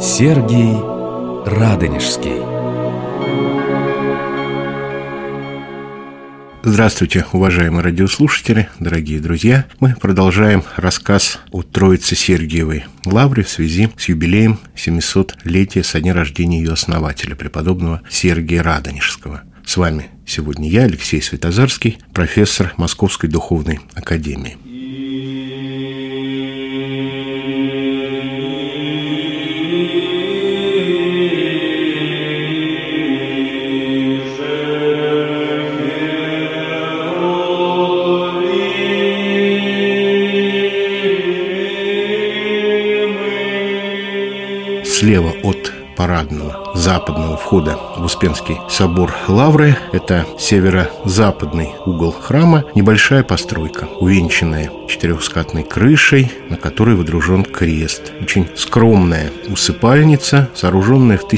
Сергий Радонежский. Здравствуйте, уважаемые радиослушатели, дорогие друзья. Мы продолжаем рассказ о Троице Сергиевой Лавре в связи с юбилеем 700-летия со дня рождения ее основателя, преподобного Сергия Радонежского. С вами сегодня я, Алексей Святозарский, профессор Московской духовной академии. Слева от парадного западного входа в Успенский собор Лавры, это северо-западный угол храма, небольшая постройка, увенчанная четырехскатной крышей, на которой водружен крест. Очень скромная усыпальница, сооруженная в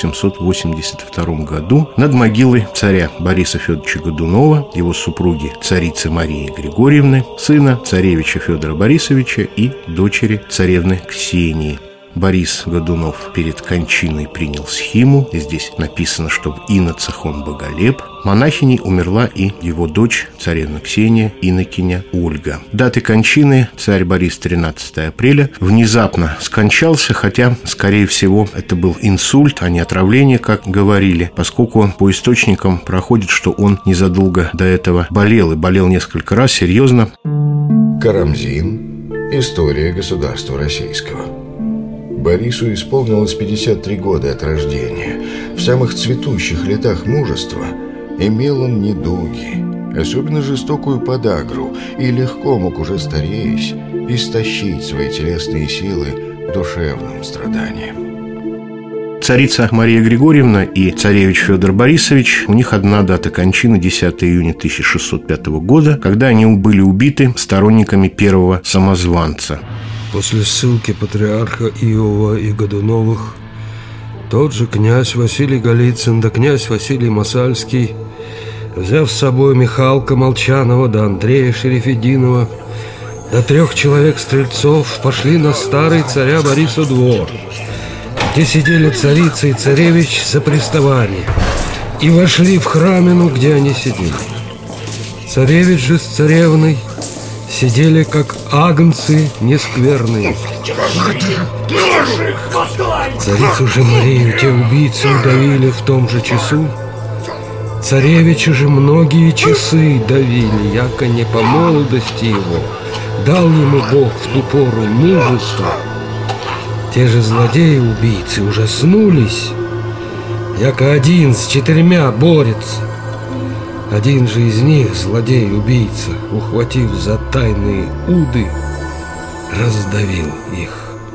1782 году над могилой царя Бориса Федоровича Годунова, его супруги царицы Марии Григорьевны, сына царевича Федора Борисовича и дочери царевны Ксении. Борис Годунов перед кончиной принял схиму, и здесь написано, что в иноцах он боголеп. Монахиней умерла и его дочь, царевна Ксения, инокиня Ольга. Даты кончины: царь Борис 13 апреля. Внезапно скончался, хотя, скорее всего, это был инсульт, а не отравление, как говорили, поскольку по источникам проходит, что он незадолго до этого болел, и болел несколько раз, серьезно. Карамзин. История государства российского. Борису исполнилось 53 года от рождения. В самых цветущих летах мужества имел он недуги, особенно жестокую подагру, и легко мог, уже стареясь, истощить свои телесные силы душевным страданием. Царица Мария Григорьевна и царевич Федор Борисович, у них одна дата кончины — 10 июня 1605 года, когда они были убиты сторонниками первого самозванца. После ссылки патриарха Иова и Годуновых тот же князь Василий Голицын да князь Василий Масальский, взяв с собой Михалка Молчанова да Андрея Шерефединова до 3 человек-стрельцов, пошли на старый царя Бориса двор, где сидели царица и царевич за приставание, и вошли в храмину, где они сидели. Царевич же с царевной сидели, как агнцы нескверные. Царицу же Марию те убийцы удавили в том же часу. Царевича же многие часы давили, яко не по молодости его дал ему Бог в ту пору мужество. Те же злодеи-убийцы ужаснулись, яко один с 4 борется. Один же из них, злодей-убийца, ухватив за тайные уды, раздавил их.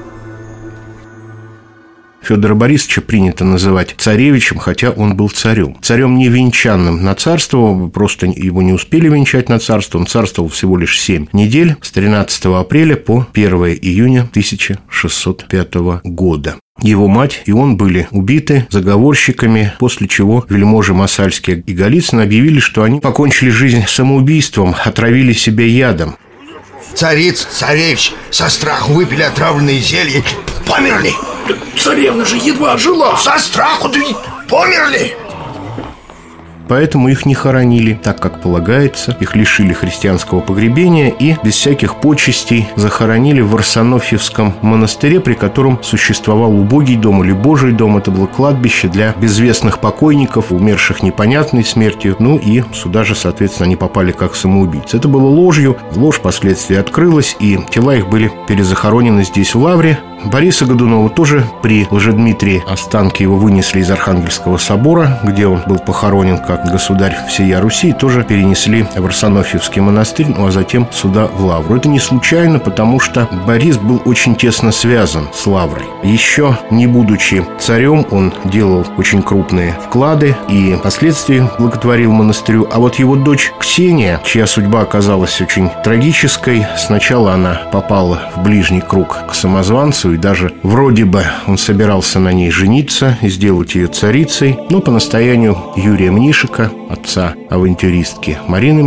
Федора Борисовича принято называть царевичем, хотя он был царем. Царем не венчанным на царство, просто его не успели венчать на царство. Он царствовал всего лишь 7 недель, с 13 апреля по 1 июня 1605 года. Его мать и он были убиты заговорщиками, после чего вельможи Масальский и Голицын объявили, что они покончили жизнь самоубийством, отравили себя ядом. Царица, царевич со страху выпили отравленные зелья, померли. Царевна же едва жила. Со страху-то померли. Поэтому их не хоронили так, как полагается. Их лишили христианского погребения и без всяких почестей захоронили в Варсонофьевском монастыре, при котором существовал убогий дом или Божий дом. Это было кладбище для безвестных покойников, умерших непонятной смертью. Ну и сюда же, соответственно, они попали как самоубийцы. Это было ложью. Ложь впоследствии открылась, и тела их были перезахоронены здесь, в Лавре. Бориса Годунова тоже при Лжедмитрии останки его вынесли из Архангельского собора, где он был похоронен как государь всея Руси, тоже перенесли в Варсонофьевский монастырь, ну а затем сюда, в Лавру. Это не случайно, потому что Борис был очень тесно связан с Лаврой. Еще не будучи царем, он делал очень крупные вклады и впоследствии благотворил монастырю. А вот его дочь Ксения, чья судьба оказалась очень трагической, сначала она попала в ближний круг к самозванцу, и даже вроде бы он собирался на ней жениться и сделать ее царицей, но по настоянию Юрия Мнишека, отца авантюристки Марины Мнишек,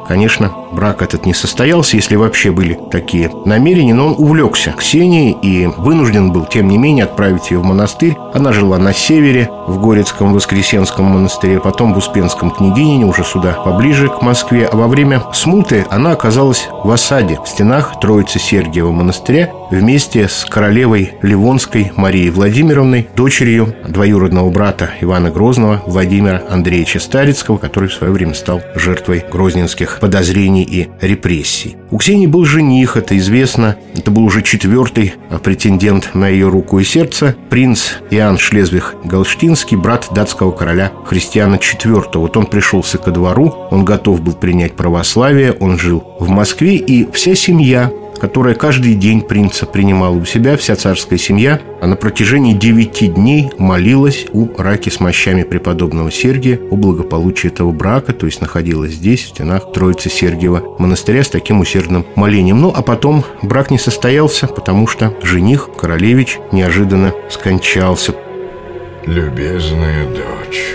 конечно, брак этот не состоялся, если вообще были такие намерения, но он увлекся Ксенией и вынужден был, тем не менее, отправить ее в монастырь. Она жила на севере, в Горецком Воскресенском монастыре, потом в Успенском Княгинине, уже сюда поближе к Москве. А во время смуты она оказалась в осаде в стенах Троицы-Сергиева монастыря вместе с королевой Ливонской Марией Владимировной, дочерью двоюродного брата Ивана Грозного Владимира Андреевича Старицкого, который в свое время стал жертвой грозненских подозрений и репрессий. У Ксении был жених, это известно. Это был уже 4-й претендент на ее руку и сердце, принц Иоанн Шлезвиг-Голштинский, брат датского короля Христиана IV. Вот он пришелся ко двору, он готов был принять православие, он жил в Москве, и вся семья, которая каждый день принца принимала у себя, вся царская семья, на протяжении 9 дней молилась у раки с мощами преподобного Сергия о благополучии этого брака, то есть находилась здесь, в стенах Троицы-Сергиева монастыря, с таким усердным молением. Ну, а потом брак не состоялся, потому что жених, королевич, неожиданно скончался. Любезная дочь,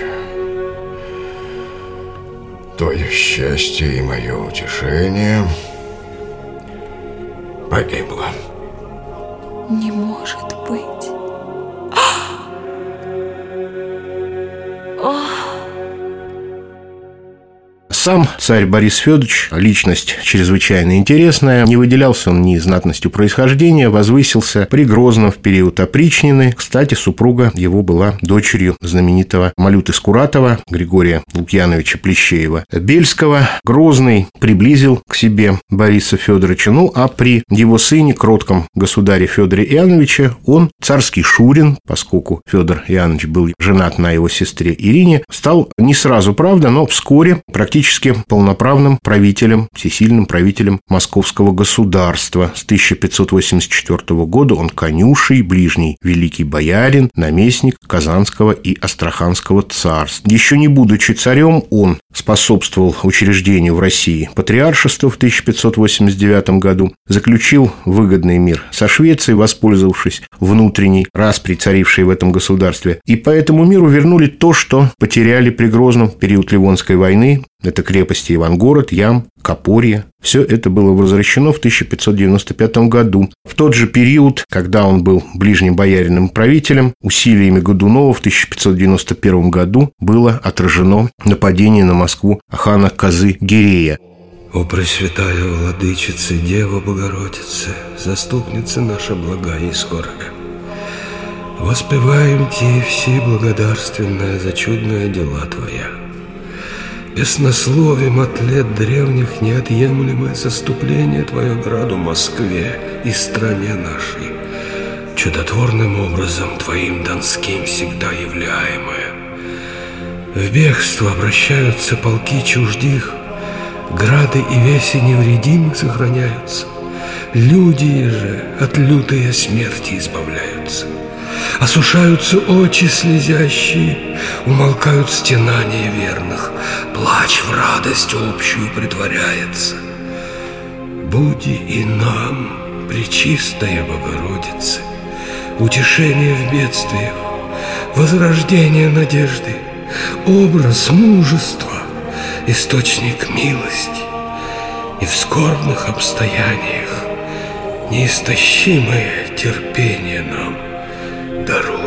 твое счастье и мое утешение погибло. Не может быть. Сам царь Борис Федорович, личность чрезвычайно интересная. Не выделялся он ни знатностью происхождения, возвысился при Грозном в период опричнины. Кстати, супруга его была дочерью знаменитого Малюты Скуратова, Григория Лукьяновича Плещеева-Бельского. Грозный приблизил к себе Бориса Федоровича. Ну, а при его сыне, кротком государе Федоре Иоанновиче, он, царский шурин, поскольку Федор Иоаннович был женат на его сестре Ирине, стал не сразу, правда, но вскоре практически полноправным правителем, всесильным правителем московского государства. С 1584 года он конюший, ближний великий боярин, наместник Казанского и Астраханского царств. Еще не будучи царем, он способствовал учреждению в России патриаршества в 1589 году, заключил выгодный мир со Швецией, воспользовавшись внутренней распри, царившей в этом государстве. И по этому миру вернули то, что потеряли при Грозном в период Ливонской войны. Это крепости Ивангород, Ям, Копорье. Все это было возвращено в 1595 году. В тот же период, когда он был ближним боярином и правителем, усилиями Годунова в 1591 году было отражено нападение на Москву хана Козы-Гирея. О Пресвятая Владычица, Дева Богородица, заступница наша благая и скорая, воспеваем Ти все благодарственное за чудные дела Твоя. Песнословим от лет древних неотъемлемое заступление Твое граду Москве и стране нашей, чудотворным образом Твоим донским всегда являемое. В бегство обращаются полки чуждих, грады и веси невредимы сохраняются, люди же от лютой смерти избавляются. Осушаются очи слезящие, умолкают стенания верных, плач в радость общую притворяется. Буди и нам, Пречистая Богородица, утешение в бедствиях, возрождение надежды, образ мужества, источник милости, и в скорбных обстояниях неистощимое терпение нам даруй.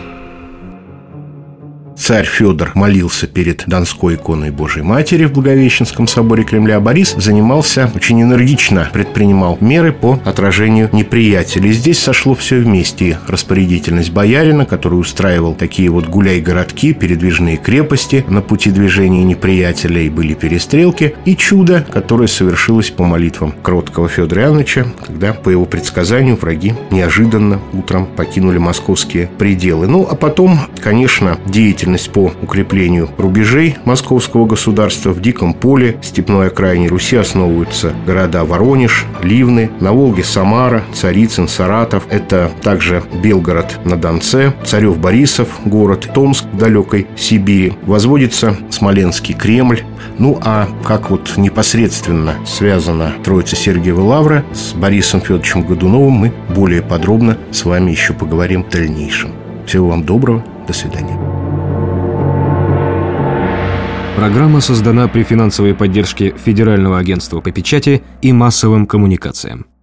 Царь Федор молился перед Донской иконой Божией Матери в Благовещенском соборе Кремля, а Борис занимался очень энергично, предпринимал меры по отражению неприятелей. Здесь сошло все вместе. И распорядительность боярина, который устраивал такие вот гуляй-городки, передвижные крепости на пути движения неприятеля, и были перестрелки, и чудо, которое совершилось по молитвам кроткого Федора Иоанновича, когда, по его предсказанию, враги неожиданно утром покинули московские пределы. Ну, а потом, конечно, деятельность по укреплению рубежей московского государства. В Диком поле, степной окраине Руси основываются города Воронеж, Ливны, на Волге Самара, Царицын, Саратов. Это также Белгород на Донце, Царев-Борисов, город, Томск в далекой Сибири. Возводится Смоленский Кремль. Ну, а как вот непосредственно связана Троица-Сергиева лавра с Борисом Федоровичем Годуновым, мы более подробно с вами еще поговорим в дальнейшем. Всего вам доброго, до свидания. Программа создана при финансовой поддержке Федерального агентства по печати и массовым коммуникациям.